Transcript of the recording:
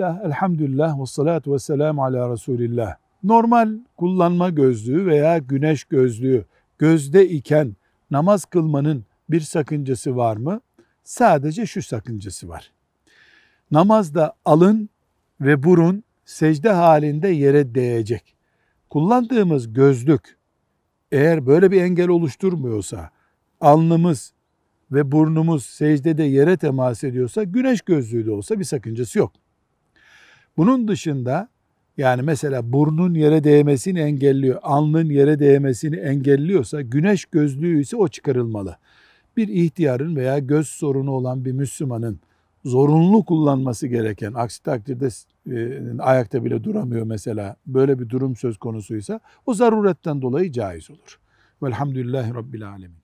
Bismillah, elhamdülillah ve salatu ve selamu ala Resulillah. Normal kullanma gözlüğü veya güneş gözlüğü gözde iken namaz kılmanın bir sakıncası var mı? Sadece şu sakıncası var. Namazda alın ve burun secde halinde yere değecek. Kullandığımız gözlük eğer böyle bir engel oluşturmuyorsa, alnımız ve burnumuz secdede yere temas ediyorsa, güneş gözlüğü de olsa bir sakıncası yok. Bunun dışında yani mesela burnun yere değmesini engelliyor, alnın yere değmesini engelliyorsa, güneş gözlüğü ise o çıkarılmalı. Bir ihtiyarın veya göz sorunu olan bir Müslümanın zorunlu kullanması gereken, aksi takdirde ayakta bile duramıyor mesela, böyle bir durum söz konusuysa o zaruretten dolayı caiz olur. Velhamdülillahi Rabbil Alemin.